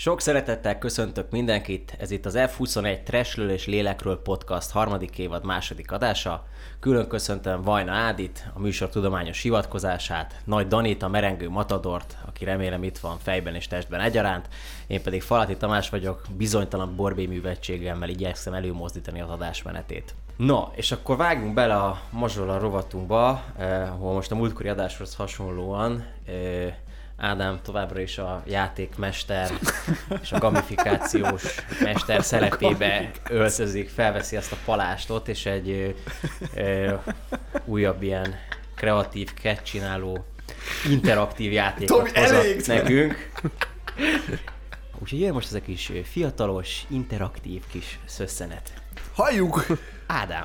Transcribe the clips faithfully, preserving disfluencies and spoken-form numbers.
Sok szeretettel köszöntök mindenkit, ez itt az ef huszonegy Trashről és Lélekről podcast harmadik évad második adása. Külön köszöntöm Vajna Ádit, a műsor tudományos hivatkozását, Nagy Danit, a merengő matadort, aki remélem itt van fejben és testben egyaránt, én pedig Falati Tamás vagyok, bizonytalan borbélyművetségemmel igyekszem előmozdítani az adásmenetét. Na, és akkor vágjunk bele a mazsola rovatunkba, eh, ahol most a múltkori adáshoz hasonlóan eh, Ádám továbbra is a játékmester és a gamifikációs mester szerepébe öltözik, felveszi ezt a palástot, és egy ö, ö, újabb ilyen kreatív, kettcsináló, interaktív játékot Tomi, hozott elég! nekünk. Úgyhogy jön most ez a kis fiatalos, interaktív kis szösszenet. Halljuk! Ádám!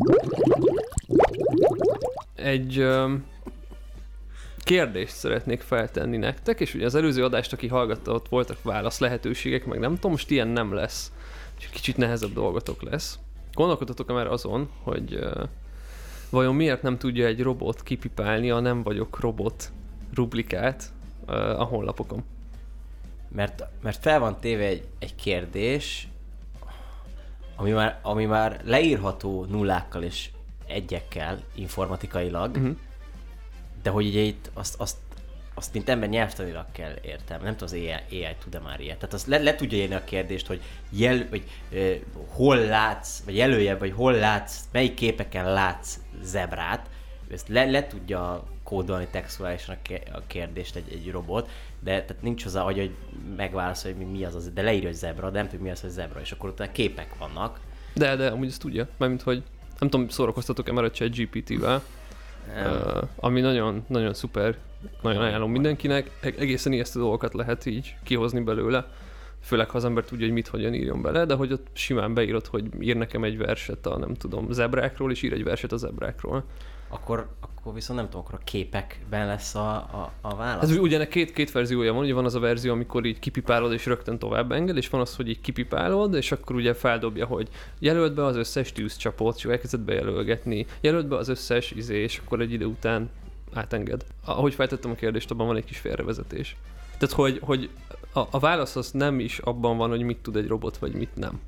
Egy... Um... kérdést szeretnék feltenni nektek, és ugye az előző adást, aki hallgatta, ott voltak válasz lehetőségek, meg nem tudom, most ilyen nem lesz. Úgyhogy kicsit nehezebb dolgotok lesz. Gondolkodtatok-e már azon, hogy uh, vajon miért nem tudja egy robot kipipálni a nem vagyok robot rublikát uh, a honlapokon? Mert, mert fel van téve egy, egy kérdés, ami már, ami már leírható nullákkal és egyekkel informatikailag, uh-huh. De hogy ugye itt azt, azt, azt mint ember nyelvtanilag kell értem. Nem tudom, az á i, á i tud-e már ilyet. Tehát azt le, le tudja írni a kérdést, hogy jel, vagy, eh, hol látsz, vagy jelölje, vagy hol látsz, melyik képeken látsz zebrát. Ezt le, le tudja kódolni textuálisan a kérdést egy, egy robot, de tehát nincs hozzá agy, hogy megválaszolja, hogy mi az az, de leírja, hogy zebra, de nem tudja, mi az, hogy zebra, és akkor utána képek vannak. De, de amúgy ezt tudja. Mármint, hogy nem tudom, szórakoztatok-e már a ChatGPT-vel. Uh, ami nagyon, nagyon szuper, nagyon ajánlom mindenkinek, egészen ijesztő dolgokat lehet így kihozni belőle, főleg ha az ember tudja, hogy mit hogyan írjon bele, de hogy ott simán beírod, hogy ír nekem egy verset a nem tudom, zebrákról, és ír egy verset a zebrákról. Akkor, akkor viszont nem tudom, akkor a képekben lesz a, a, a válasz? Ez ugye ennek két, két verziója van, ugye van az a verzió, amikor így kipipálod és rögtön tovább enged, és van az, hogy így kipipálod, és akkor ugye feldobja, hogy jelölt be az összes tűzcsapot, és elkezded bejelölgetni, jelölt be az összes izé, és akkor egy idő után átenged. Ahogy feltettem a kérdést, abban van egy kis félrevezetés. Tehát, hogy, hogy a, a válasz az nem is abban van, hogy mit tud egy robot, vagy mit nem.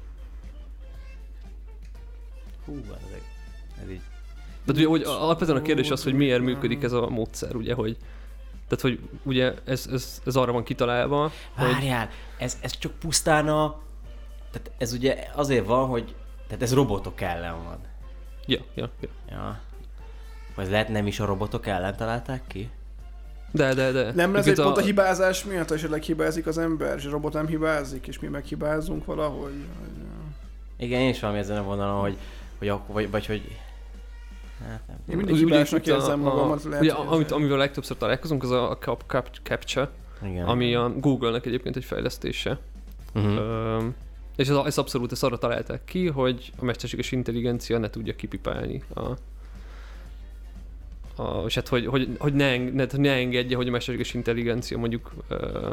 Hú, ez, ez így... Tehát ugye, hogy alapvetően a kérdés az, hogy miért működik ez a módszer, ugye, hogy tehát, hogy ugye ez, ez, ez arra van kitalálva, Várjál, hogy... ez, ez csak pusztán a... Tehát ez ugye azért van, hogy... Tehát ez robotok ellen van. Ja, ja, ja. Ja. Vagy lehet nem is a robotok ellen találták ki? De, de, de. Nem lesz egy a... pont a hibázás miatt, esetleg hibázik az ember, és a robot nem hibázik, és mi meghibázunk valahogy? Igen, én is valami ezen a vonalon, hogy... hogy akkor, vagy, vagy hogy... Hát nem. Én mindig hibásnak érzem magamat. Lehet, ugye, amit, amivel legtöbbször találkozunk, az a cap, cap, CAPTCHA, igen, ami a Google-nek egyébként egy fejlesztése. Uh-huh. Üm, és ez, ez abszolút ezt arra találták ki, hogy a mesterséges intelligencia ne tudja kipipálni a... a és hát, hogy, hogy, hogy ne, eng, ne, ne engedje, hogy a mesterséges intelligencia mondjuk ö,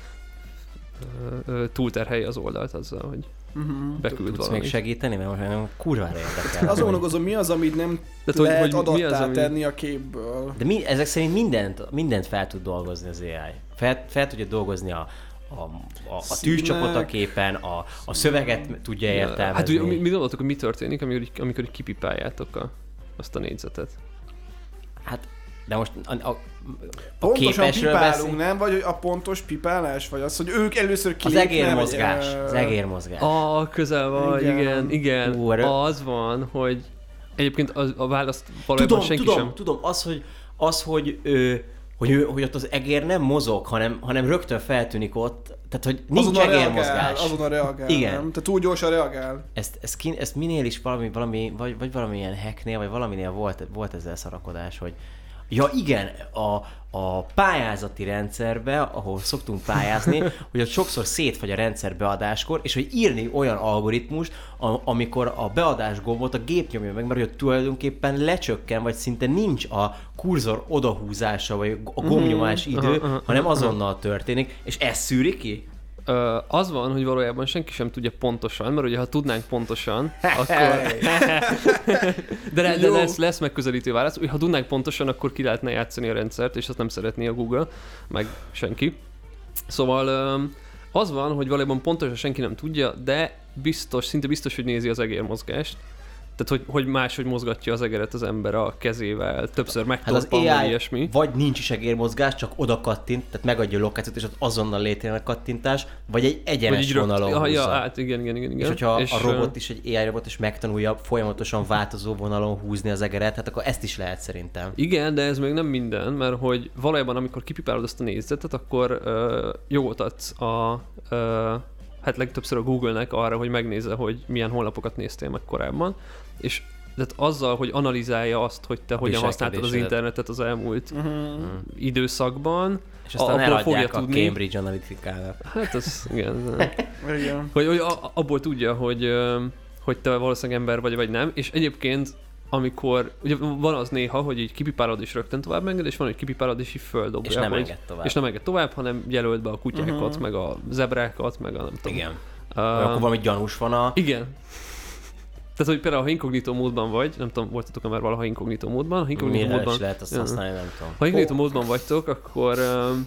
ö, túlterhelje az oldalt azzal, hogy uh-huh. beküld Tudsz valamit. még segíteni, mert most nem kurvára érdekel. Azon gondolkozom, mi az, amit nem de lehet hogy, hogy adattá az, tenni ami... a képből. De mi, ezek szerint mindent, mindent fel tud dolgozni az á i. Fel, fel tudja dolgozni a, a, a, a tűzcsapot a képen, a, a szöveget tudja értelmezni. Hát ugye, mi, mi gondoltok, hogy mi történik, amikor, amikor kipipáljátok a, azt a négyzetet? Hát, de most a, a, a pontosan pipálunk, beszél... nem? Vagy a pontos pipálás? Vagy az, hogy ők először kilépnek? Az egérmozgás. Vagy... Az egérmozgás. Ah, közel van, igen, igen. igen. Ú, erő... Az van, hogy egyébként az, a választ valójában tudom, senki tudom, sem... Tudom, az, hogy, az, hogy, ö, hogy, ő, hogy ott az egér nem mozog, hanem, hanem rögtön feltűnik ott, tehát, hogy nincs egérmozgás. Azon a reagál, igen. Nem? Tehát túl gyorsan reagál. Ezt, ezt, ki, ezt minél is valami, valami vagy, vagy valamilyen hacknél, vagy valaminél volt, volt ezzel szarakodás, hogy ja igen, a, a pályázati rendszerbe, ahol szoktunk pályázni, hogy ott sokszor szétfagy a rendszer beadáskor, és hogy írni olyan algoritmust, a, amikor a beadás gombot a gép nyomja meg, mert hogy tulajdonképpen lecsökken, vagy szinte nincs a kurzor odahúzása, vagy a gombnyomás idő, uh-huh, uh-huh, hanem azonnal történik, és ez szűri ki? Ö, az van, hogy valójában senki sem tudja pontosan, mert ugye ha tudnánk pontosan, akkor... de de lesz, lesz megközelítő válasz. Ha tudnánk pontosan, akkor ki lehetne játszani a rendszert, és azt nem szeretné a Google, meg senki. Szóval Az van, hogy valójában pontosan senki nem tudja, de biztos, szinte biztos, hogy nézi az egérmozgást. Tehát, hogy, hogy máshogy mozgatja az egeret az ember a kezével, többször megtorpan, hát vagy ilyesmi. Vagy nincs is egérmozgás, csak oda kattint, tehát megadja a lokációt, és ott azonnal létrejön a kattintás, vagy egy egyenes vagy vonalon rögt... húzza. Ja, hát igen, igen, igen. És hogyha és a robot uh... is egy á i robot, és megtanulja folyamatosan változó vonalon húzni az egeret, hát akkor ezt is lehet szerintem. Igen, de ez még nem minden, mert hogy valójában amikor kipipálod azt a négyzetet, akkor uh, jogot adsz a... Uh, hát legtöbbször a Google-nek arra, hogy megnézze, hogy milyen honlapokat néztél meg korábban, és tehát azzal, hogy analizálja azt, hogy te hogyan használtad az internetet az elmúlt uh-huh. időszakban, és aztán abból fogja a tudni. Cambridge Analytica-nak. Hát az, igen. igen. Hogy, hogy abból tudja, hogy, hogy te valószínűleg ember vagy, vagy nem, és egyébként amikor, ugye van az néha, hogy így kipipálod és rögtön tovább enged, és van, hogy kipipálod és így földobja. És nem hogy, enged tovább. És nem enged tovább, hanem jelölt be a kutyákat, uh-huh. meg a zebrákat, meg a nem tudom. Igen. Uh, akkor valami gyanús van a... Igen. Tehát, hogy például, ha inkognitó módban vagy, nem tudom, voltatok-e már valaha inkognitó módban? Ha inkognitó Mire módban, is lehet azt használni, nem tudom. Ha inkognitó módban vagytok, akkor... Uh,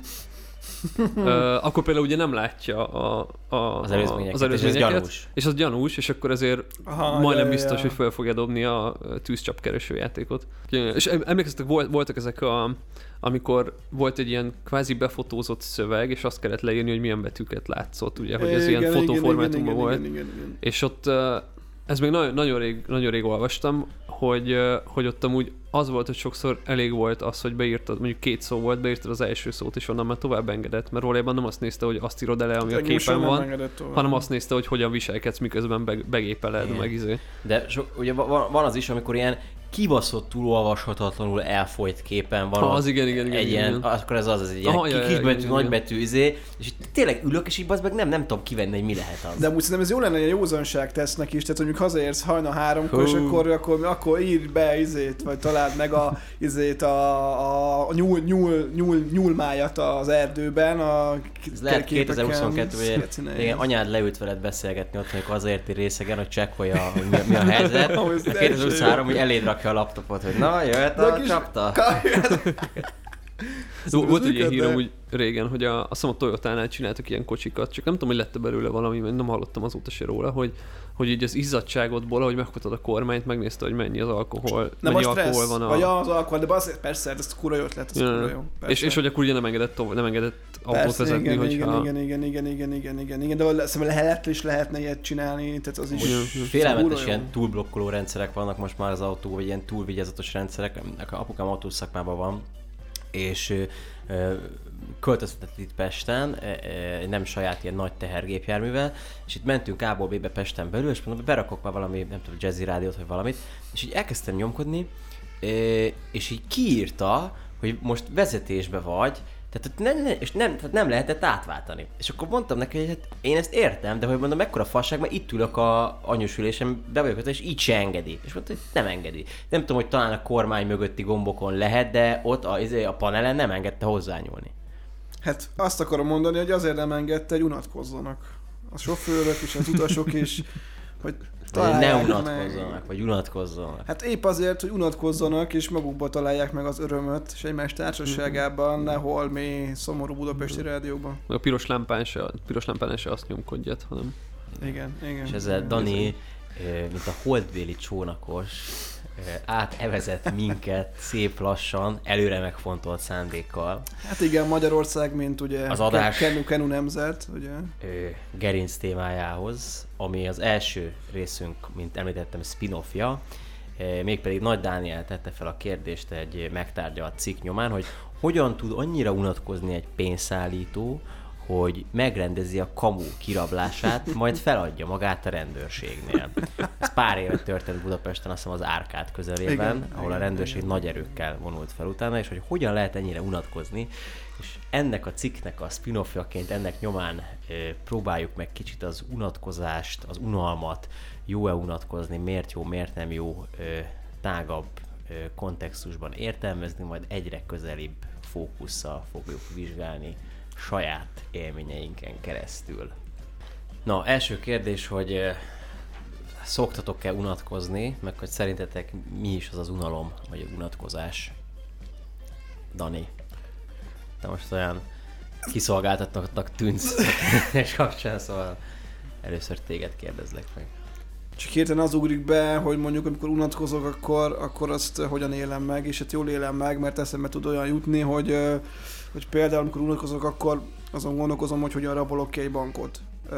uh, akkor például ugye nem látja a, a, az előzményeket, az előzményeket és ez gyanús. És az gyanús, és akkor ezért Aha, majdnem ja, biztos, ja. hogy fel fogja dobni a tűzcsapkereső játékot. És emlékeztetek, voltak ezek a... amikor volt egy ilyen kvázi befotózott szöveg, és azt kellett leírni, hogy milyen betűket látszott, ugye, hogy ez igen, ilyen fotóformátumban volt. Igen, igen, igen. És ott... Ez még nagyon, nagyon, rég, nagyon rég olvastam, hogy, hogy ott amúgy az volt, hogy sokszor elég volt az, hogy beírtad, mondjuk két szó volt, beírtad az első szót, és onnan már tovább engedett, mert valójában nem azt nézte, hogy azt írod ele, ami a képen van, hanem azt nézte, hogy hogyan viselkedsz, miközben begépeled, igen. meg izé. De so, ugye van az is, amikor ilyen kibaszottul olvashatatlanul elfolyt képen van. Ha, az igen, igen, igen, egy igen, ilyen, igen. akkor ez az, az egy ilyen Aha, kisbetű, nagybetű izé, és itt tényleg ülök, és így bazd meg nem, nem tudom kivenni, hogy mi lehet az. De amúgy szerintem ez jó lenne, hogy józanság tesznek is, tehát mondjuk hazaérsz hajna háromkor, és akkor, akkor, akkor írd be izét, vagy találd meg a izét, a, a nyúl, nyúl, nyúl, nyúlmájat az erdőben, a ez lehet kétezer-huszonkettő, hogy igen, anyád leült veled beszélgetni ott, amikor azért ír részegen, hogy csekkolja, hogy mi, mi a helyzet. kétezer-huszonhárom, hogy eléd rakja a laptopot, hogy na, jöhet a csapta. Volt egy ilyen hírom úgy régen, hogy a, azt a Toyotánál csináltak ilyen kocsikat, csak nem tudom, hogy lett belőle valami, mert nem hallottam azóta se róla, hogy, hogy így az izzadságodból, ahogy megfogtad a kormányt, megnézte, hogy mennyi az alkohol, nem mennyi a stressz, alkohol van a... vagy az alkohol, de az, persze, ez kura jó ötlet, ez ja. kura jó. És, és hogy akkor ugye nem engedett, tovább, nem engedett autót persze, vezetni, igen, hogyha... Igen, igen, igen, igen, igen, igen, igen, de szerintem lehet is lehetne ilyet csinálni, tehát az is... Félelmetes ilyen túlblokkoló rendszerek vannak most már az autó, vagy ilyen túlvigyázatos rendszerek, apukám autós szakmában van, és költöztetett itt Pesten, nem saját ilyen nagy tehergépjárművel, és itt mentünk A-ból B-be Pesten belül, és mondom, berakok már valami, nem tudom, jazzy rádiót, vagy valamit, és így elkezdtem nyomkodni, és így kiírta, hogy most vezetésbe vagy, tehát nem, nem, és nem, tehát nem lehetett átváltani. És akkor mondtam neki, hogy hát én ezt értem, de hogy mondom, mekkora fasság, mert itt ülök a anyósülésen, be vagyok, és így se engedi. És mondta, hogy nem engedi. Nem tudom, hogy talán a kormány mögötti gombokon lehet, de ott a, a panelen nem engedte hozzányúlni. Hát azt akarom mondani, hogy azért nem engedte, hogy unatkozzanak. A sofőrök és az utasok is, hogy ne unatkozzanak, meg. vagy unatkozzanak. Hát épp azért, hogy unatkozzanak, és magukba találják meg az örömöt, és egymás társaságában, mm-hmm. nehol mély, szomorú budapesti mm-hmm. rádióban. A piros lámpán se, piros lámpán se azt nyomkodjat, hanem... Igen, igen. És ezzel igen, Dani, mint a holdbéli csónakos, átevezett minket szép lassan, előre megfontolt szándékkal. Hát igen, Magyarország, mint ugye az adás Kenu Kenu nemzet, ugye? Gerinc témájához, ami az első részünk, mint említettem, spin-offja, mégpedig Nagy Dániel tette fel a kérdést egy megtárgyalt cikk nyomán, hogy hogyan tud annyira unatkozni egy pénzszállító, hogy megrendezi a kamu kirablását, majd feladja magát a rendőrségnél. Ez pár éve történt Budapesten, azt hiszem az Árkád közelében, igen, ahol igen, a rendőrség igen. nagy erőkkel vonult fel utána, és hogy hogyan lehet ennyire unatkozni, és ennek a cikknek a spin-offjaként, ennek nyomán e, próbáljuk meg kicsit az unatkozást, az unalmat, jó-e unatkozni, miért jó, miért nem jó, e, tágabb e, kontextusban értelmezni, majd egyre közelibb fókusszal fogjuk vizsgálni saját élményeinken keresztül. Na, első kérdés, hogy szoktatok-e unatkozni, meg hogy szerintetek mi is az az unalom, vagy a unatkozás? Dani, te most olyan kiszolgáltatnak tűnsz és kapcsán, szóval először téged kérdezlek meg. Csak hirtelen az ugrik be, hogy mondjuk amikor unatkozok, akkor, akkor azt hogyan élem meg, és hát jól élem meg, mert eszembe tud olyan jutni, hogy, hogy például amikor unatkozok, akkor azon gondolkozom, hogy hogyan rabolok ki egy bankot.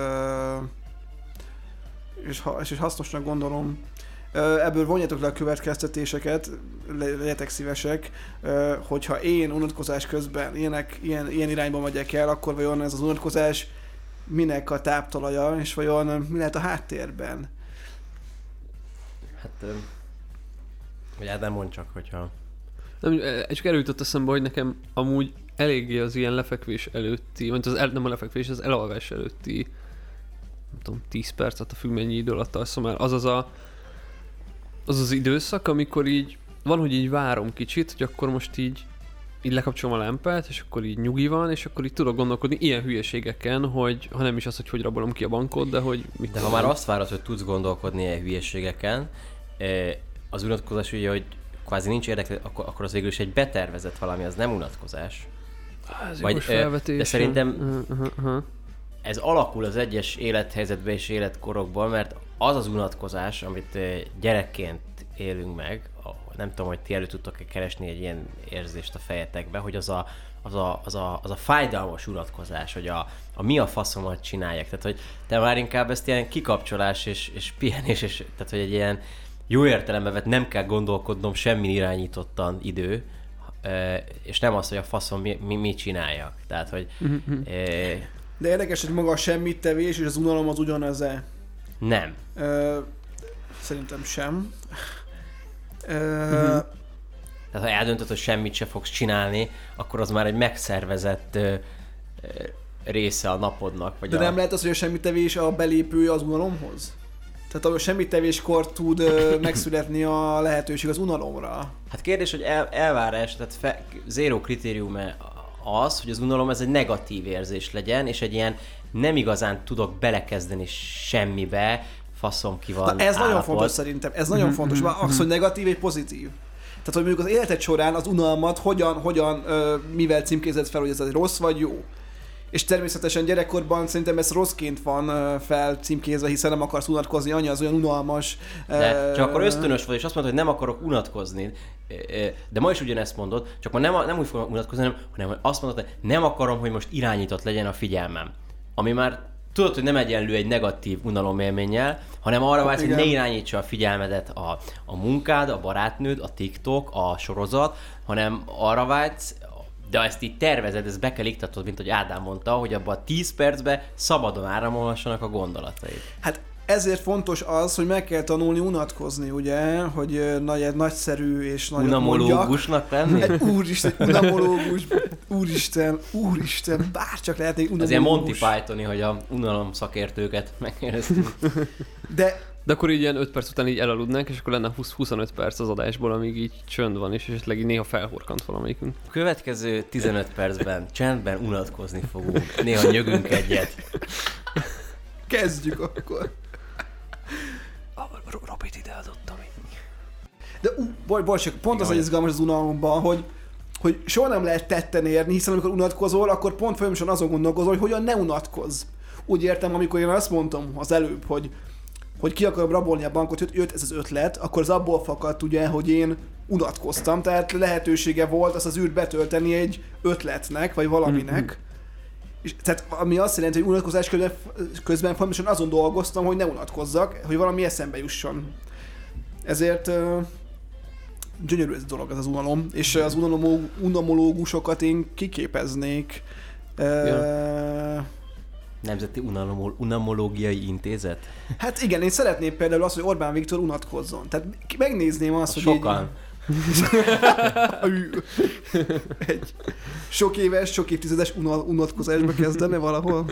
És, és hasznosnak gondolom. Ebből vonjátok le a következtetéseket, legyetek szívesek, hogyha én unatkozás közben ilyenek, ilyen, ilyen irányba megyek el, akkor vajon ez az unatkozás minek a táptalaja, és vajon mi lehet a háttérben? Hát, vagy Ádám, mondd csak, hogyha... Nem, csak előjutott eszembe, hogy nekem amúgy eléggé az ilyen lefekvés előtti, vagy az el, nem a lefekvés, az elalvás előtti, nem tudom, tíz percet, a függ mennyi idő alatt alszom el, az az a az az időszak, amikor így van, hogy így várom kicsit, hogy akkor most így, így lekapcsolom a lámpát, és akkor így nyugi van, és akkor így tudok gondolkodni ilyen hülyeségeken, hogy ha nem is az, hogy hogy rabolom ki a bankot, de hogy... Mit de ha már azt várod, hogy tudsz gondolkodni ilyen hülyeségeken, az unatkozás ugye, hogy kvázi nincs érdekel, akkor, akkor az végül is egy betervezett valami, az nem unatkozás. Ez Vagy, felvetés. De szerintem uh, uh, uh. ez alakul az egyes élethelyzetben és életkorokban, mert az az unatkozás, amit gyerekként élünk meg, nem tudom, hogy ti elő tudtok-e keresni egy ilyen érzést a fejetekbe, hogy az a, az a, az a, az a fájdalmas unatkozás, hogy a, a mi a faszomat csinálják. Tehát, hogy te már inkább ezt ilyen kikapcsolás és, és pihenés, és, tehát, hogy egy ilyen jó értelemben vett nem kell gondolkodnom semmi irányítottan idő, és nem az, hogy a faszom mi, mi, mi csináljak. Tehát, hogy... Mm-hmm. E... De érdekes, hogy maga a semmit tevés és az unalom az ugyanaz-e? Nem. Ö, szerintem sem. Ö, uh-huh. Tehát ha eldöntöd, hogy semmit se fogsz csinálni, akkor az már egy megszervezett ö, ö, része a napodnak. Vagy de a... nem lehet az, hogy a semmittevés a belépője az unalomhoz? Tehát a semmittevéskor tud ö, megszületni a lehetőség az unalomra. Hát kérdés, hogy el, elvárás, tehát fe, zéró kritérium az, hogy az unalom ez egy negatív érzés legyen, és egy ilyen nem igazán tudok belekezdeni semmibe, faszom ki van. Na ez állapot. nagyon fontos szerintem, ez nagyon fontos, mert az, hogy negatív és pozitív. Tehát, hogy mondjuk az életed során az unalmat hogyan, hogyan ö, mivel címkézed fel, hogy ez egy rossz vagy jó. És természetesen gyerekkorban szerintem ez rosszként van ö, fel címkézve, hiszen nem akarsz unatkozni, anya az olyan unalmas. De csak akkor ösztönös vagy, és azt mondod, hogy nem akarok unatkozni. De ma is ugyanezt mondod, csak ma nem, nem úgy fogom unatkozni, hanem, hanem azt mondod, hogy nem akarom, hogy most irányított legyen a figyelmem. Ami már tudod, hogy nem egyenlő egy negatív unalomélménnyel, hanem arra vársz, hogy ne irányítsa a figyelmedet a, a munkád, a barátnőd, a TikTok, a sorozat, hanem arra vágysz, de ezt így tervezed, ezt be kell iktatod, mint hogy Ádám mondta, hogy abban a tíz percben szabadon áramolhassanak a gondolataid. Hát ezért fontos az, hogy meg kell tanulni unatkozni, ugye, hogy nagy, nagyszerű és nagyon unamológusnak lenni? Egy úristen, unamológus, úristen, úristen, bárcsak lehetne egy unamológus. Ez ilyen Monty Pythoni, hogy a unalom szakértőket megkérdeztünk. De De akkor így ilyen öt perc után így elaludnánk, és akkor lenne húsz-huszonöt perc az adásból, amíg így csönd van, és esetleg így néha felhorkant valamelyikünk. A következő tizenöt percben csendben unatkozni fogunk, néha nyögünk egyet. Kezdjük akkor. Robit ide adottam így. De ú, bocs, bocs, pont az, hogy izgalmas az unalomban, hogy, hogy soha nem lehet tetten érni, hiszen amikor unatkozol, akkor pont folyamatosan azon gondolkozol, hogy hogyan ne unatkozz. Úgy értem, amikor én azt mondtam az előbb, hogy hogy ki akarom rabolni a bankot, hogy jött ez az ötlet, akkor az abból fakadt ugye, hogy én unatkoztam, tehát lehetősége volt azt az űrt betölteni egy ötletnek, vagy valaminek. Mm-hmm. És, tehát ami azt jelenti, hogy unatkozás közben, közben folyamatosan azon dolgoztam, hogy ne unatkozzak, hogy valami eszembe jusson. Ezért uh, gyönyörű ez a dolog, ez az unalom, és az unalom, unamológusokat én kiképeznék. Uh, ja. Nemzeti Unalomol- Unamológiai Intézet? Hát igen, én szeretném például azt, hogy Orbán Viktor unatkozzon. Tehát megnézném azt, a hogy... Sokan. Így... Egy sok éves, sok évtizedes unal- unatkozásba kezdene valahol.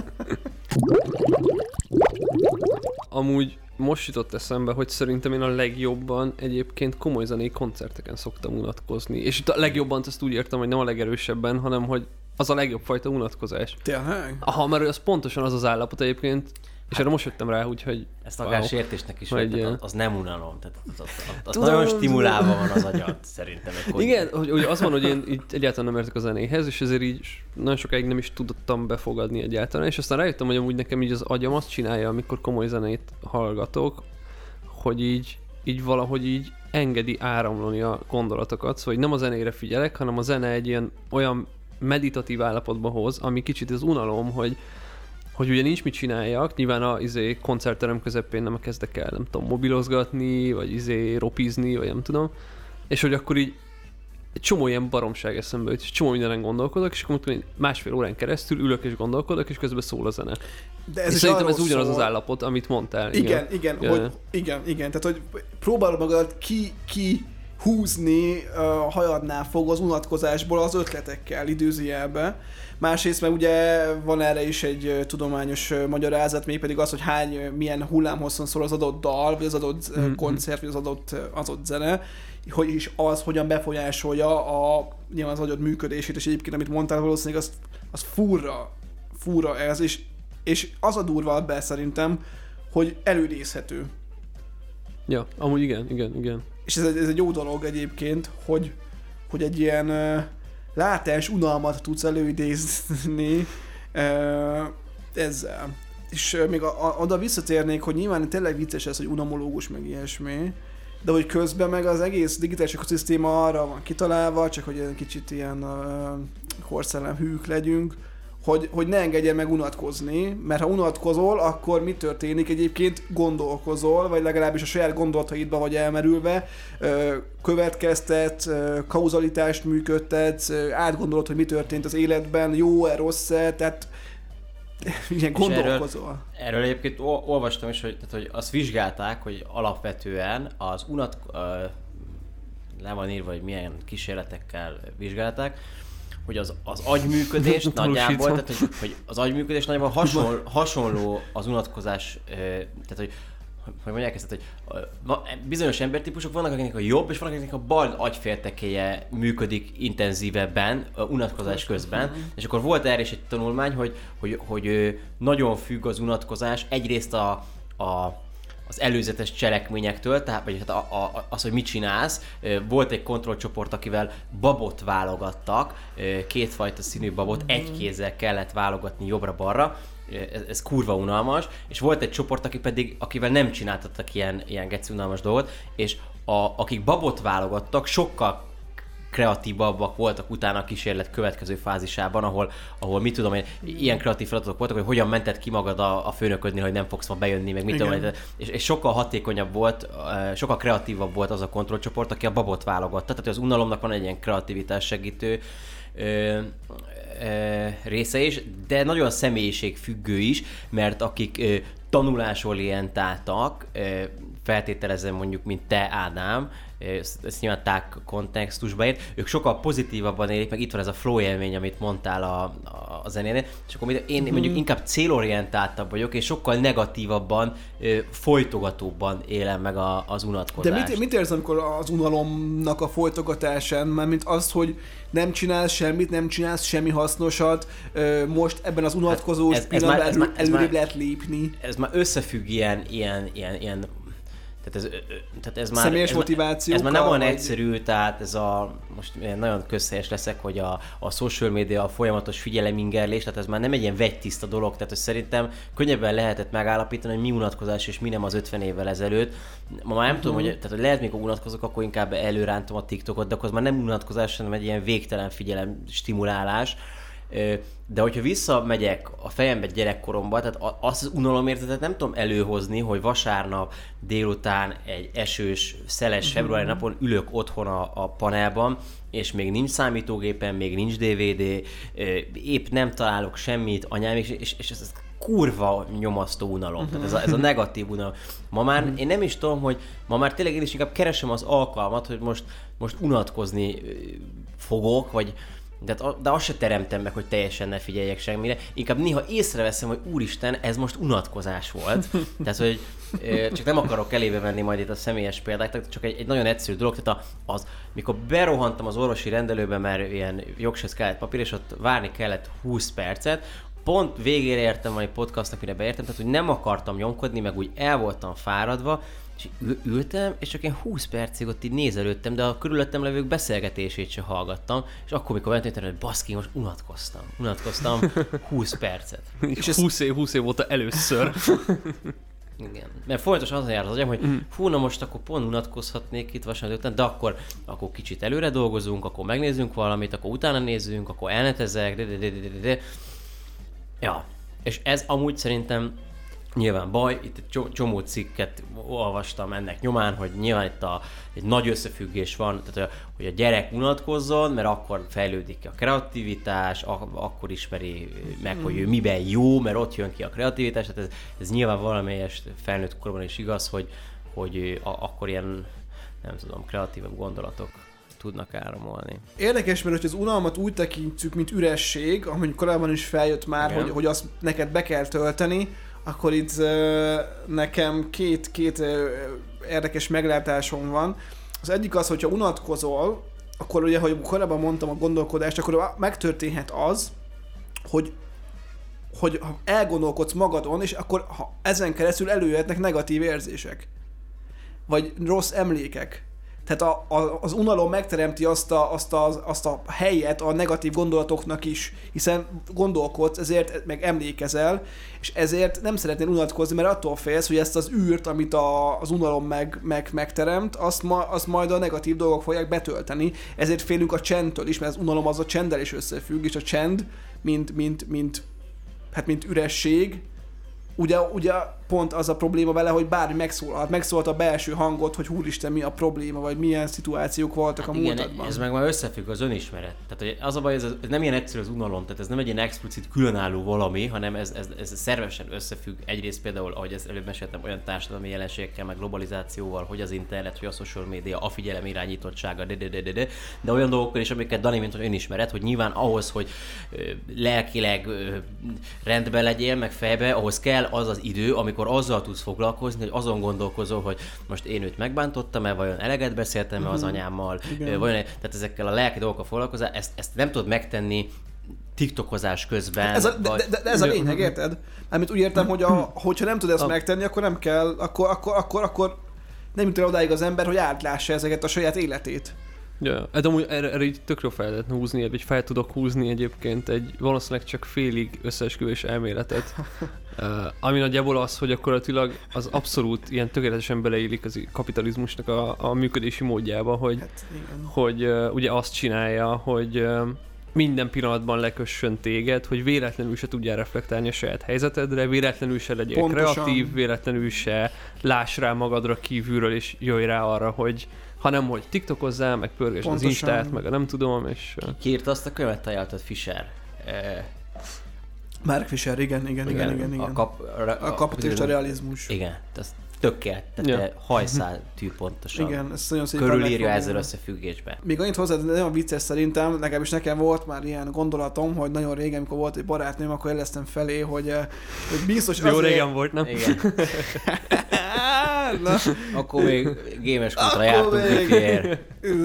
Amúgy most jutott eszembe, hogy szerintem én a legjobban egyébként komoly zenei koncerteken szoktam unatkozni. És itt a legjobban azt úgy értem, hogy nem a legerősebben, hanem hogy az a legjobb fajta unatkozás. Tényleg? Aha, mert az pontosan az az állapot egyébként, És erre most jöttem rá, úgyhogy... Ezt akár wow. sértésnek is hogy, vagy, az nem unalom. Tehát az, az, az, az nagyon stimulálva van az agyat, szerintem. Egy igen, hogy, hogy az van, hogy én így egyáltalán nem értek a zenéhez, és ezért így nagyon sokáig nem is tudottam befogadni egyáltalán, és aztán rájöttem, hogy amúgy nekem így az agyam azt csinálja, amikor komoly zenét hallgatok, hogy így, így valahogy így engedi áramlani a gondolatokat, szóval nem a zenére figyelek, hanem a zene egy ilyen olyan meditatív állapotba hoz, ami kicsit az unalom, hogy hogy ugye nincs mit csináljak, nyilván a izé, koncertterem közepén nem kezdek el, nem tudom, mobilozgatni, vagy izé, ropizni, vagy nem tudom, és hogy akkor így egy csomó ilyen baromság eszembe jut, és csomó mindenen gondolkodok, és akkor másfél órán keresztül ülök és gondolkodok, és közben szól a zene. De ez szerintem ez ugyanaz szól. Az állapot, amit mondtál. Igen, igen, igen, ja. hogy, igen, igen, tehát hogy próbálod magadat ki, ki húzni uh, hajadnál fog az unatkozásból az ötletekkel idézőjelbe. Másrészt meg ugye van erre is egy uh, tudományos uh, magyarázat, mégpedig az, hogy hány, uh, milyen hullámhosszon szól az adott dal, vagy az adott uh, mm-hmm. koncert, vagy az adott, uh, az adott zene, hogy is az hogyan befolyásolja a, nyilván az agyad működését, és egyébként amit mondtál, valószínűleg az, az furra, furra ez, és, és az a durva be szerintem, hogy előidézhető. Ja, amúgy igen, igen, igen. És ez egy, ez egy jó dolog egyébként, hogy, hogy egy ilyen uh, látás unalmat tudsz előidézni uh, ezzel. És uh, még a, a, oda visszatérnék, hogy nyilván tényleg vicces ez, hogy unamológus meg ilyesmi, de hogy közben meg az egész digitális ökoszisztéma arra van kitalálva, csak hogy egy kicsit ilyen uh, korszellem hűk legyünk, hogy, hogy ne engedjen meg unatkozni, mert ha unatkozol, akkor mi történik? Egyébként gondolkozol, vagy legalábbis a saját gondolataidba vagy elmerülve, következtet, kauzalitást működtetsz, átgondolod, hogy mi történt az életben, jó-e, rossz-e, tehát ilyen gondolkozol. Erről, erről egyébként olvastam is, hogy, tehát, hogy azt vizsgálták, hogy alapvetően az unat... Uh, le van írva, hogy milyen kísérletekkel vizsgálták, hogy az, az agyműködés nagyjából, tehát hogy, hogy az agyműködés nagyjából hasonló, hasonló az unatkozás, tehát hogy, hogy mondják ezt, hogy bizonyos embertípusok vannak, akiknek a jobb, és vannak, akiknek a bal agyféltekéje működik intenzívebben unatkozás közben, és akkor volt erre is egy tanulmány, hogy, hogy, hogy nagyon függ az unatkozás egyrészt a, a az előzetes cselekményektől, tehát vagy hát a, a, az, hogy mit csinálsz. Volt egy kontrollcsoport, akivel babot válogattak, kétfajta színű babot, egy kézzel kellett válogatni jobbra-balra, ez, ez kurva unalmas, és volt egy csoport, aki pedig, akivel nem csináltattak ilyen, ilyen geci unalmas dolgot, és a, akik babot válogattak, sokkal kreatívabbak voltak utána a kísérlet következő fázisában, ahol, ahol mit tudom én, ilyen kreatív feladatok voltak, hogy hogyan mented ki magad a, a főnöködnél, hogy nem fogsz ma bejönni, meg mit tudom én, és, és sokkal hatékonyabb volt, sokkal kreatívabb volt az a kontrollcsoport, aki a babot válogatta, tehát az unalomnak van egy ilyen kreativitás segítő ö, ö, része is, de nagyon személyiségfüggő is, mert akik ö, tanulásorientáltak, ö, feltételezem mondjuk, mint te, Ádám, ezt, ezt nyilván tág kontextusba ér, ők sokkal pozitívabban élik, meg itt van ez a flow élmény, amit mondtál a, a, a zenénél, és akkor én mm-hmm. mondjuk inkább célorientáltabb vagyok, és sokkal negatívabban, folytogatóbban élem meg a, az unatkozást. De mit, mit érsz, amikor az unalomnak a folytogatásán, mert mint azt, hogy nem csinálsz semmit, nem csinálsz semmi hasznosat, most ebben az unatkozós hát ez, pillanatban ez elő, előrébb lehet lépni. Ez már összefügg ilyen, ilyen, ilyen, ilyen Tehát ez, tehát ez már, személyes ez, motivációkkal? Ez már nem olyan egyszerű, tehát ez a, most nagyon közhelyes leszek, hogy a, a social media, a folyamatos figyelemingerlés, tehát ez már nem egy ilyen vegytiszta dolog, tehát hogy szerintem könnyebben lehetett megállapítani, hogy mi unatkozás és mi nem az ötven évvel ezelőtt. Ma már nem uh-huh. tudom, hogy, tehát, hogy lehet, mikor unatkozok, akkor inkább előrántom a TikTokot, de akkor az már nem unatkozás, hanem egy ilyen végtelen figyelem stimulálás. De hogyha visszamegyek a fejembe gyerekkoromba, tehát azt az unalomérzetet nem tudom előhozni, hogy vasárnap délután egy esős, szeles februári napon ülök otthon a, a panelban, és még nincs számítógépen, még nincs dé vé dé, épp nem találok semmit, anyám, és, és, és ez kurva nyomasztó unalom, uh-huh. tehát ez a, ez a negatív unalom. Ma már uh-huh. én nem is tudom, hogy ma már tényleg én is inkább keresem az alkalmat, hogy most, most unatkozni fogok, vagy De, de azt se teremtem meg, hogy teljesen ne figyeljek semmire. Inkább néha észreveszem, hogy úristen, ez most unatkozás volt. Tehát, hogy csak nem akarok elébe venni majd itt a személyes példák, csak egy, egy nagyon egyszerű dolog. Tehát az, mikor berohantam az orvosi rendelőbe, mert ilyen jogsesz kellett papír, és ott várni kellett húsz percet, pont végére értem a podcastnak, mire beértem, tehát hogy nem akartam nyomkodni, meg úgy el voltam fáradva, és ültem, és csak én húsz percig ott így nézelődtem, de a körülöttem levők beszélgetését sem hallgattam, és akkor, mikor vettem, hogy baszki, most unatkoztam. Unatkoztam húsz percet. És húsz év, húsz év óta először. Igen. Mert folyamatosan azon jár az agyam, hogy mm. fú, na most akkor pont unatkozhatnék itt vasárnap után, de akkor, akkor kicsit előre dolgozunk, akkor megnézzünk valamit, akkor utána nézzünk, akkor elnetezek, de, de, de, de, de, de. Ja, és ez amúgy szerintem nyilván baj, itt egy csomó cikket olvastam ennek nyomán, hogy nyilván itt a, egy nagy összefüggés van, tehát hogy a gyerek unatkozzon, mert akkor fejlődik ki a kreativitás, akkor ismeri meg, hogy ő miben jó, mert ott jön ki a kreativitás, tehát ez, ez nyilván valamelyest felnőtt korban is igaz, hogy, hogy a, akkor ilyen, nem tudom, kreatívebb gondolatok tudnak áramolni. Érdekes, mert hogy az unalmat úgy tekintjük, mint üresség, ahogy korábban is feljött már, hogy, hogy azt neked be kell tölteni, akkor itt uh, nekem két, két uh, érdekes meglátásom van. Az egyik az, hogyha unatkozol, akkor ugye, hogy korábban mondtam a gondolkodást, akkor megtörténhet az, hogy, hogy ha elgondolkodsz magadon, és akkor ha ezen keresztül előjöhetnek negatív érzések. Vagy rossz emlékek. Tehát a, a, az unalom megteremti azt a, azt, a, azt a helyet a negatív gondolatoknak is, hiszen gondolkodsz, ezért meg emlékezel, és ezért nem szeretnél unatkozni, mert attól félsz, hogy ezt az űrt, amit a, az unalom meg, meg, megteremt, azt, ma, azt majd a negatív dolgok fogják betölteni, ezért félünk a csendtől is, mert az unalom az a csenddel is összefügg, és a csend, mint, mint, mint, hát mint üresség, Ugye, ugye pont az a probléma vele, hogy bármi megszólalt, megszólalt a belső hangot, hogy húristen, mi a probléma, vagy milyen szituációk voltak hát a igen, múltadban. Ez meg már összefügg az önismeret. Tehát hogy az a baj, ez, ez nem ilyen egyszerű az unalom, tehát ez nem egy ilyen explicit különálló valami, hanem ez, ez, ez szervesen összefügg. Egyrészt például, ahogy ezt előbb meséltem, olyan társadalmi jelenségekkel, meg globalizációval, hogy az internet, hogy a social media, a figyelem irányítottsága, de, de, de, de, de, de olyan dolgokkal is, amiket Dani, mint önismeret, hogy nyilván ahhoz, hogy ö, lelkileg ö, rendben legyél, meg fejbe, ahhoz kell az az idő, amikor azzal tudsz foglalkozni, hogy azon gondolkozol, hogy most én őt megbántottam-e, vajon eleget beszéltem-e uh-huh. az anyámmal, vajon, tehát ezekkel a lelki dolgokkal foglalkozol, ezt, ezt nem tudod megtenni tiktokozás közben. Ez a, de, de, de ez a lényeg, érted? Amit úgy értem, hogy a, hogyha nem tud ezt a... megtenni, akkor nem kell, akkor, akkor, akkor, akkor nem jut el odáig az ember, hogy átlássa ezeket a saját életét. Ja, de amúgy erre, erre így tök jó fel lehetne húzni, vagy fel tudok húzni egyébként egy valószínűleg csak félig összeesküvés elméletet. uh, ami nagyjából az, hogy gyakorlatilag az abszolút ilyen tökéletesen beleillik az kapitalizmusnak a, a működési módjába, hogy, hát, hogy uh, ugye azt csinálja, hogy uh, minden pillanatban lekössön téged, hogy véletlenül se tudjál reflektálni a saját helyzetedre, véletlenül se legyél Pontosan. kreatív, véletlenül se láss rá magadra kívülről, és jöjj rá arra, hogy hanem hogy tiktokozzál, meg pörgess az Instát, meg a nem tudom, és... Ki írta azt a könyvet, ajánlott Fischer? E... Mark Fisher, igen, igen, igen, igen, igen. A, kap, a, a kapitalista realizmus. Igen, ez tökéletes, ja. hajszál tű pontosan. Igen, ezt nagyon szépen körülírja ezzel összefüggésben. Még annyit hozzá, de nagyon vicces szerintem, legalábbis nekem volt már ilyen gondolatom, hogy nagyon régen, amikor volt egy barátnőm, akkor jeleztem felé, hogy, hogy biztos azért... Jó régen volt, nem? Igen. Na. Akkor még gémes kontra jártunk Wikiért.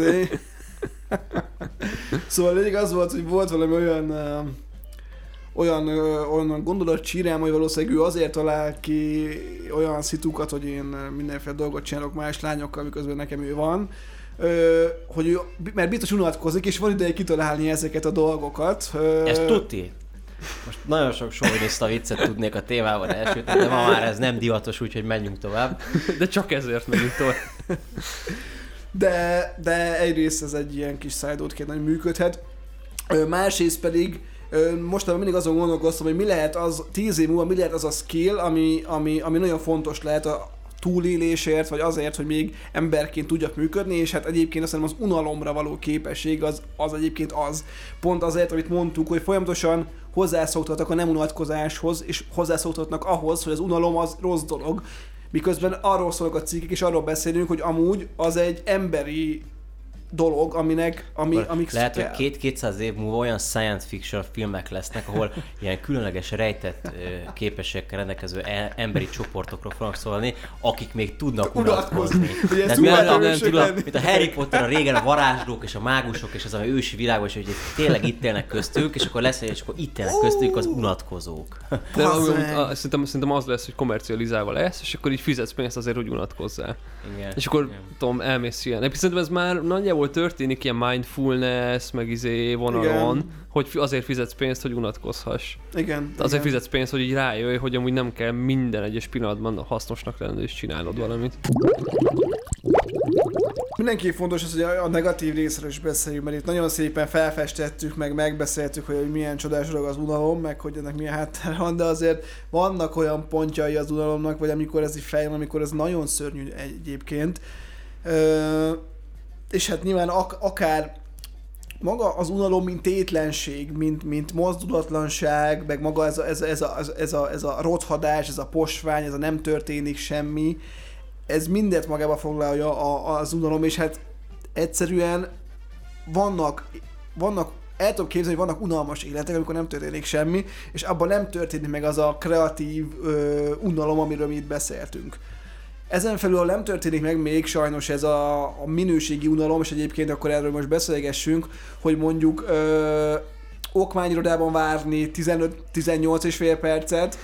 Szóval lényeg az volt, hogy volt valami olyan uh, olyan, uh, olyan gondolatcsírám, hogy valószínűleg ő azért talált ki olyan szitukat, hogy én mindenféle dolgot csinálok más lányokkal, miközben nekem ő van, uh, hogy ő, mert biztos unatkozik, és van ideje kitalálni ezeket a dolgokat. Uh, Ez tuti. Most nagyon sok soviniszta viccet tudnék a témában elsőt, de ma már ez nem divatos, úgyhogy menjünk tovább. De csak ezért menjünk tovább. De, de egyrészt ez egy ilyen kis side-outként nagyon működhet. Másrészt pedig mostanában mindig azon gondolkoztam, hogy mi lehet az, tíz év múlva mi lehet az a skill, ami, ami, ami nagyon fontos lehet a túlélésért, vagy azért, hogy még emberként tudjak működni, és hát egyébként azt hiszem az unalomra való képesség az, az egyébként az. Pont azért, amit mondtuk, hogy folyamatosan hozzászoktatnak a nem unatkozáshoz, és hozzászoktatnak ahhoz, hogy az unalom az rossz dolog. Miközben arról szólnak a cikkek, és arról beszélünk, hogy amúgy az egy emberi dolog, aminek, ami, amik lehet, hogy két-kétszáz év múlva olyan science fiction filmek lesznek, ahol ilyen különleges rejtett ö, képességekkel rendelkező e- emberi csoportokról fognak szólni, akik még tudnak unatkozni. Tehát nem, nem, tudom, mint a Harry Potter, a régen a varázslók és a mágusok és az a ősi világos, hogy tényleg itt élnek köztük, és akkor lesz, és akkor itt élnek köztük az unatkozók. De a, szerintem, szerintem az lesz, hogy komercializálva lesz, és akkor így fizetsz pénzt azért, hogy unatkozzál. Igen, és akkor igen. tudom, elmész ilyen. Szerintem ez már nagyjából történik, ilyen mindfulness, meg izé vonalon, igen. hogy azért fizetsz pénzt, hogy unatkozhass. Igen. Azért igen. fizetsz pénzt, hogy így rájöjj, hogy amúgy nem kell minden egyes pillanatban hasznosnak lenni, és csinálod valamit. Mindenképp fontos az, hogy a negatív részről is beszéljünk, mert itt nagyon szépen felfestettük, meg megbeszéltük, hogy milyen csodás dolog az unalom, meg hogy ennek milyen háttere van, de azért vannak olyan pontjai az unalomnak, vagy amikor ez így feljön, amikor ez nagyon szörnyű egyébként. Ö, és hát nyilván ak- akár maga az unalom, mint tétlenség, mint, mint mozdulatlanság, meg maga ez a, ez, a, ez, a, ez, a, ez a rothadás, ez a posvány, ez a nem történik semmi, ez mindet magába foglalja a, az unalom, és hát egyszerűen vannak, vannak, el tudom képzelni, hogy vannak unalmas életek, amikor nem történik semmi, és abban nem történik meg az a kreatív ö, unalom, amiről mi itt beszéltünk. Ezen felül nem történik meg még sajnos ez a, a minőségi unalom, és egyébként akkor erről most beszélgessünk, hogy mondjuk ö, okmányirodában várni tizenöt-tizennyolc és fél percet,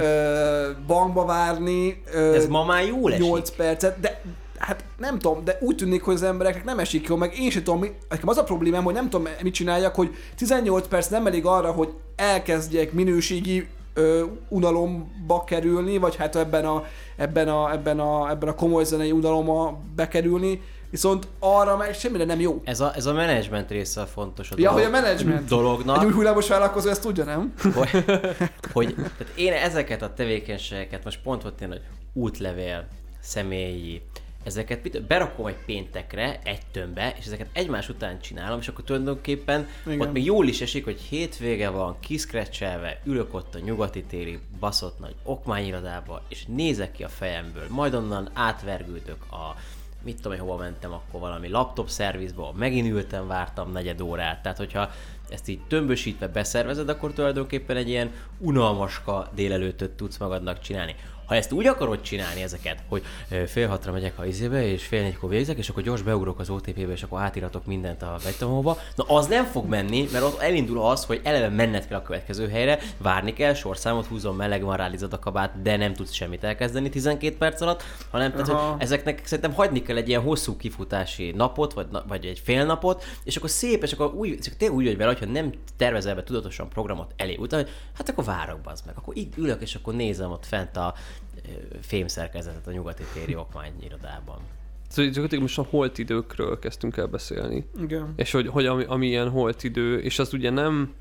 ö, bankba várni ö, ez ma már jól esik. nyolc percet, de hát nem tudom, de úgy tűnik, hogy az embereknek nem esik jó, meg én sem tudom, nekem az a problémám, hogy nem tudom mit csináljak, hogy tizennyolc perc nem elég arra, hogy elkezdjek minőségi ö, unalomba kerülni, vagy hát ebben a, ebben a, ebben a, ebben a komoly zenei unalomba bekerülni, viszont arra meg semmire nem jó. Ez a, ez a menedzsment része a fontos a ja, dolog, hogy a menedzsment dolognak. Egy új hullámos vállalkozó ezt tudja, nem? Hogy, hogy tehát én ezeket a tevékenységeket, most pont volt én, hogy útlevél, személyi, ezeket mit, berakom egy péntekre, egy tömbbe, és ezeket egymás után csinálom, és akkor tulajdonképpen igen. Ott még jól is esik, hogy hétvége van, kiszkrecselve, ülök ott a nyugati téri baszott nagy okmányirodába, és nézek ki a fejemből, majd onnan átvergődök a mit tudom én, hova mentem akkor valami laptop szervizból, megint ültem, vártam negyed órát, tehát hogyha ezt így tömbösítve beszervezed, akkor tulajdonképpen egy ilyen unalmaska délelőttöt tudsz magadnak csinálni. Ha ezt úgy akarod csinálni ezeket, hogy fél hatra megyek a izébe, és fél négykor végzek, és akkor gyors beugrok az o té pébe, és akkor átiratok mindent a vegytanulóba, na az nem fog menni, mert ott elindul az, hogy eleve menned kell a következő helyre, várni kell, sorszámot húzom, meleg van, rálizad a kabát, de nem tudsz semmit elkezdeni tizenkét perc alatt, hanem tehát, hogy ezeknek szerintem hagyni kell egy ilyen hosszú kifutási napot, vagy, vagy egy fél napot, és akkor szép, és akkor úgy, csak tényleg úgy vagy vele, hogyha nem tervezel be tudatosan programot elé után, hogy hát akkor várok bazd meg, akkor így ülök, és akkor nézem ott fent a fémszerkezetet a nyugati téri okmányirodában. Szóval gyakorlatilag most a holtidőkről kezdtünk el beszélni. Igen. És hogy, hogy ami, ami ilyen holtidő, és az ugye nem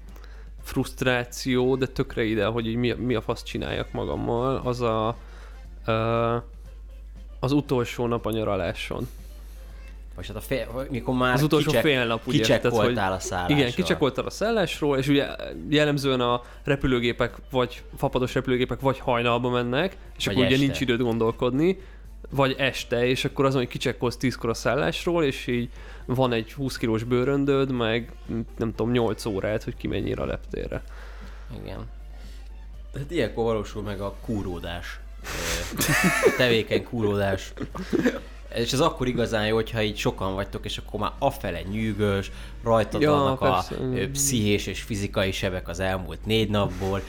frusztráció, de tökre ide, hogy így mi, mi a fasz csináljak magammal, az a, a az utolsó nap a nyaraláson. Vagy hát a fél, mikor már az utolsó kicsek, fél nap, ugye, kicsekkoltál a szállásról. Igen, kicsekkoltál a szállásról, és ugye jellemzően a repülőgépek, vagy fapados repülőgépek vagy hajnalba mennek, és vagy akkor este. Ugye nincs időt gondolkodni, vagy este, és akkor azon, hogy kicsekkolsz tízkor a szállásról, és így van egy húsz kilós bőröndöd, meg nem tudom, nyolc órát, hogy kimenjél a reptérre. Igen. Tehát ilyenkor valósul meg a kúródás. A tevékeny kúródás. És ez akkor igazán jó, hogyha így sokan vagytok, és akkor már afele nyűgös, rajtad ja, vannak persze. a pszichés és fizikai sebek az elmúlt négy napból.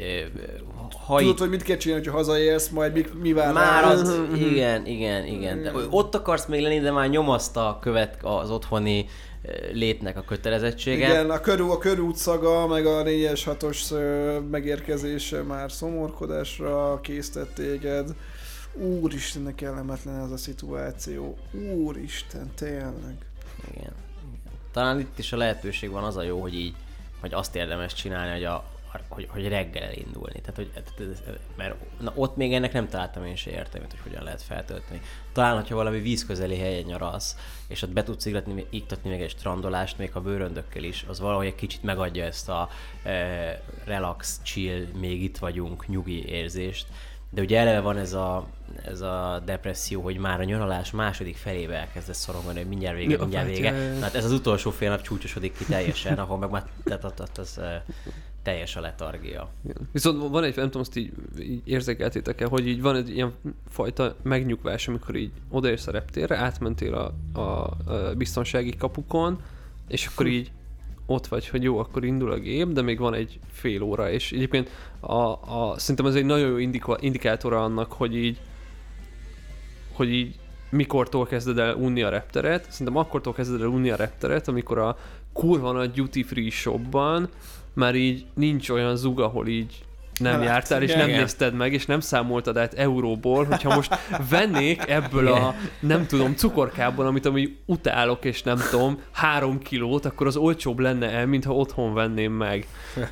Ha tudod, így... hogy mit kell csinálni, hogyha hazaérsz, majd mi, mi vár már az, igen, igen, igen. De ott akarsz még lenni, de már nyomaszt a követ az otthoni létnek a kötelezettséget. Igen, a, körül, a körút szaga, meg a négyes hatos megérkezése már szomorkodásra késztett téged. Úristen, kellemetlen ez a szituáció. Úristen, tényleg. Igen. Igen. Talán itt is a lehetőség van, az a jó, hogy így, hogy azt érdemes csinálni, hogy, a, hogy, hogy reggel elindulni. Tehát, hogy, mert na, ott még ennek nem találtam én se értelmét, hogy hogyan lehet feltölteni. Talán, hogyha valami vízközeli helyen nyaralsz, és ott be tudsz iktatni, iktatni még egy strandolást, még a bőröndökkel is, az valahogy egy kicsit megadja ezt a e, relax, chill, még itt vagyunk, nyugi érzést. de ugye eleve van ez a, ez a depresszió, hogy már a nyaralás második felébe elkezdesz szorongani, hogy mindjárt vége, mindjárt vége. Na, hát ez az utolsó fél nap csúcsosodik ki teljesen, ahol meg már tehát az teljes a letargia. Igen. Viszont van egy, nem tudom, azt így, így érzékeltétek-e, hogy így van egy ilyen fajta megnyugvás, amikor így odaérsz a reptérre, átmentél a, a, a biztonsági kapukon, és akkor így ott vagy, hogy jó, akkor indul a gép, de még van egy fél óra, és egyébként a, a, szerintem ez egy nagyon jó indika, indikátora annak, hogy így hogy így mikortól kezded el unni a repteret. Szerintem akkortól kezded el unni a repteret, amikor a kurva nagy duty free shopban már így nincs olyan zug, ahol így nem hát, jártál, és nem igen. nézted meg, és nem számoltad át euróból, hogyha most vennék ebből a, nem tudom, cukorkából, amit ami utálok, és nem tudom, három kilót, akkor az olcsóbb lenne el, mintha otthon venném meg.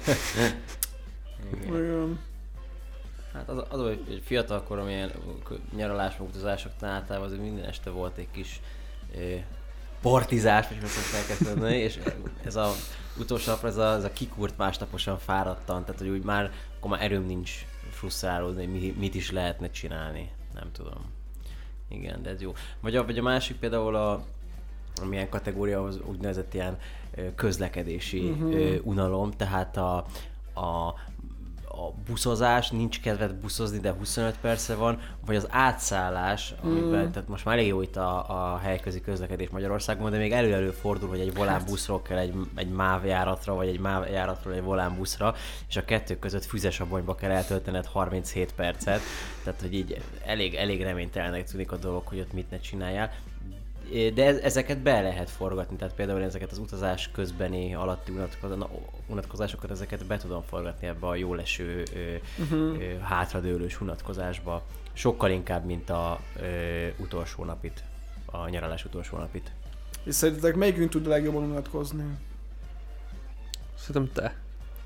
Igen. Hát az, az hogy fiatalkorom ilyen nyaralások, utazásoknál általában az minden este volt egy kis eh, partizás, vagy most elkezdtem mondani, és ez a utolsó napra ez a, ez a kikúrt másnaposan fáradtan, tehát hogy úgy már, akkor már erőm nincs frusztrálódni, hogy mit is lehetne csinálni, nem tudom. Igen, de ez jó. Vagy a, vagy a másik például a amilyen kategória az úgynevezett ilyen közlekedési uh-huh. unalom, tehát a, a a buszozás, nincs kedved buszozni, de huszonöt perce van, vagy az átszállás, amiben, mm. tehát most már elég jó itt a, a helyközi közlekedés Magyarországon, de még elő-elő fordul, hogy egy volánbuszról kell egy, egy MÁV járatra, vagy egy MÁV járatról egy volánbuszra, és a kettő között füzesabonyba kell eltöltened harminchét percet, tehát hogy így elég, elég reménytelenek tűnik a dolog, hogy ott mit ne csináljál. De ezeket be lehet forgatni, tehát például ezeket az utazás közbeni alatti unatkozásokat, ezeket be tudom forgatni ebbe a jól eső, uh-huh. hátradőlős unatkozásba. Sokkal inkább, mint a ö, utolsó napit, a nyaralás utolsó napit. És szerintetek melyikünk tud a legjobban unatkozni? Szerintem te.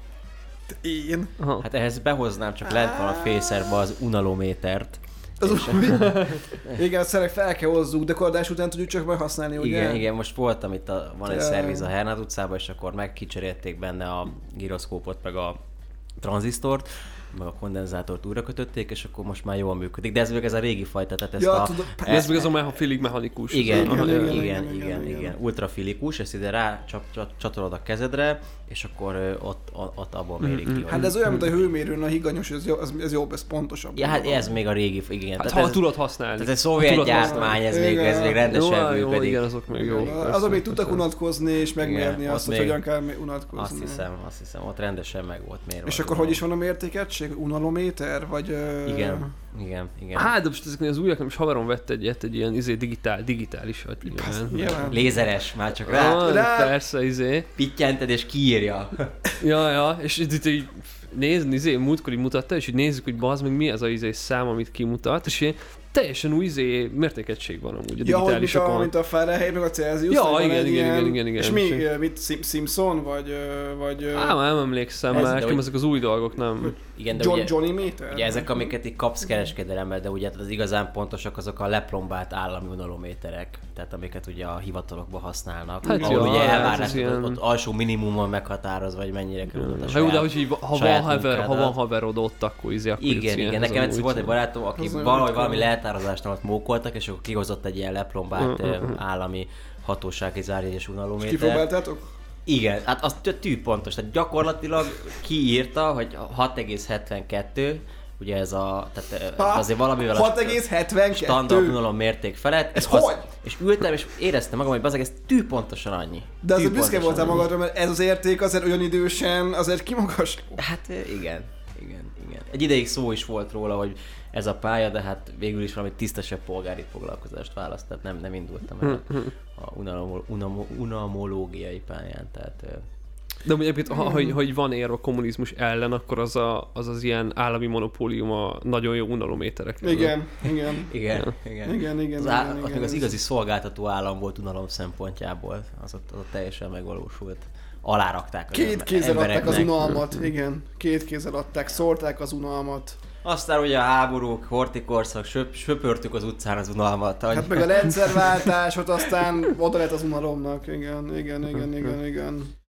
Én? Aha. Hát ehhez behoznám, csak lent van a fészerbe az unalométert. Az igen, azt szereg fel kell hozzuk, de kordás után tudjuk csak majd használni, ugye? Igen, igen, most voltam itt, a, van egy szerviz a Hernád utcában, és akkor megkicserélték benne a giroszkópot, meg a tranzisztort, meg a kondenzátort újra kötötték, és akkor most már jól működik. De ez még ez a régi fajta, tehát ezt ja, a... Tudom, ez, ez még az a félig mechanikus. Igen, igen, igen, igen, igen, igen, igen, igen. Ultrafilikus, ezt ide rá csap, csap, csatolod a kezedre, és akkor ott, ott abból mérik ki. Hát ez olyan, mint a hőmérőn a higanyos, ez, jó, ez, ez jobb, ez pontosabb. Ja, hát ez még a régi, igen. Hát ha ez, tudod használni. Tehát ez szovjet gyártmány, ez még, ez még rendesen jó, működik. Igen, azok még jó. Azok még tudtak unatkozni, és megmérni azt, hogy hogyan kell unatkozni. Azt hiszem, azt hiszem, ott rendesen meg volt mérve. És akkor hogy is van a mértékegység? Unalométer? Vagy... Igen, igen, igen. Hát, de most ezeknél az újak, most haverom vett egyet, egy ilyen izé digitál, digitális. Lézeres, már csak rá. Ah, rá. Persze, izé. Pittyented és kiírja. Ja, ja, és itt így nézni, izé, múltkor így mutatta, és így nézzük, hogy bazd meg mi az a izé szám, amit kimutat, és ilyen teljesen új izé mértékegység van amúgy a digitálisokon. Ja, mint a Fahrenheit, meg a Celsius. Ja, igen, igen, igen, igen, igen. És mi, mit, Simpson, vagy... vagy Á, már nem emlékszem, ez, már nekem ezek az új dolgok nem... Igen, de John, ugye, Johnny Meter? Ugye ezek, amiket így kapsz kereskedelemben, de ugye az igazán pontosak azok a leplombált állami unalométerek, tehát amiket ugye a hivatalokban használnak. Hát ahol ja, ugye hát elvárás, ilyen... ott alsó minimumon meghatározva, hogy mennyire kerül a saját, jó, de hogy így, ha, van haver, ha van haverod ott, akkor izé, akkor igen, igen. Nekem egyszer volt egy barátom, aki valahogy valami leltározást alatt mókoltak, és akkor kihozott egy ilyen leplombált állami hatósági zárjegyes unalométer. És kipróbáltátok? Igen, hát az tű pontos, tehát gyakorlatilag kiírta, hogy hat egész hetvenkettő, ugye ez a, tehát ha, azért valamivel hat egész hetvenkettő standard unalom mérték felett. Ez az, hogy? És ültem, és éreztem magam, hogy bazeg, ez tű pontosan annyi. De azért büszke voltál magadra, mert ez az érték azért olyan idősen, azért kimagas. Hát igen, igen, igen. Egy ideig szó is volt róla, hogy ez a pálya, de hát végül is valami tisztesebb polgári foglalkozást választ, tehát nem, nem indultam el a unalom, unalom, unalmológiai pályán, tehát... De egyébként, ha, hogy, hogy van érve a kommunizmus ellen, akkor az, a, az az ilyen állami monopólium a nagyon jó unalométerek. Igen, igen. Igen, igen. Igen, igen, az, á, igen, igen, az igazi szolgáltató állam volt unalom szempontjából, az ott, az ott teljesen megvalósult. Alárakták az Két kézzel adták az unalmat, igen. Két kézzel adták, szórták az unalmat. Aztán ugye a háborúk, hortikorszak, söp, söpörtük az utcán az unalmat. Hát meg a rendszerváltás, ott aztán oda lett az unalomnak, igen, igen, igen, igen, igen.